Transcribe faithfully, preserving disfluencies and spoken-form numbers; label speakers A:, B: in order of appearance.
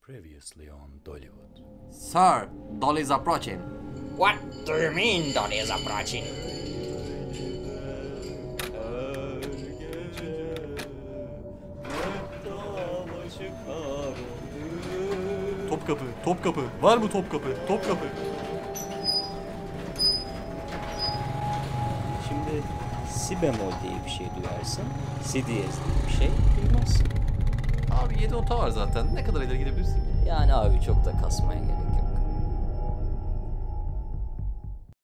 A: Previously on Dollywood.
B: Sir, Dolly is approaching.
C: What do you mean Dolly is approaching?
B: Topkapı, Topkapı. Var mı Topkapı? Topkapı.
D: Şimdi si bemol diye bir şey duyarsın. Si diyez diye bir şey duymazsın.
B: Abi yedi nota var zaten. Ne kadar ileri gidebilirsin?
D: Yani abi çok da kasmaya gerek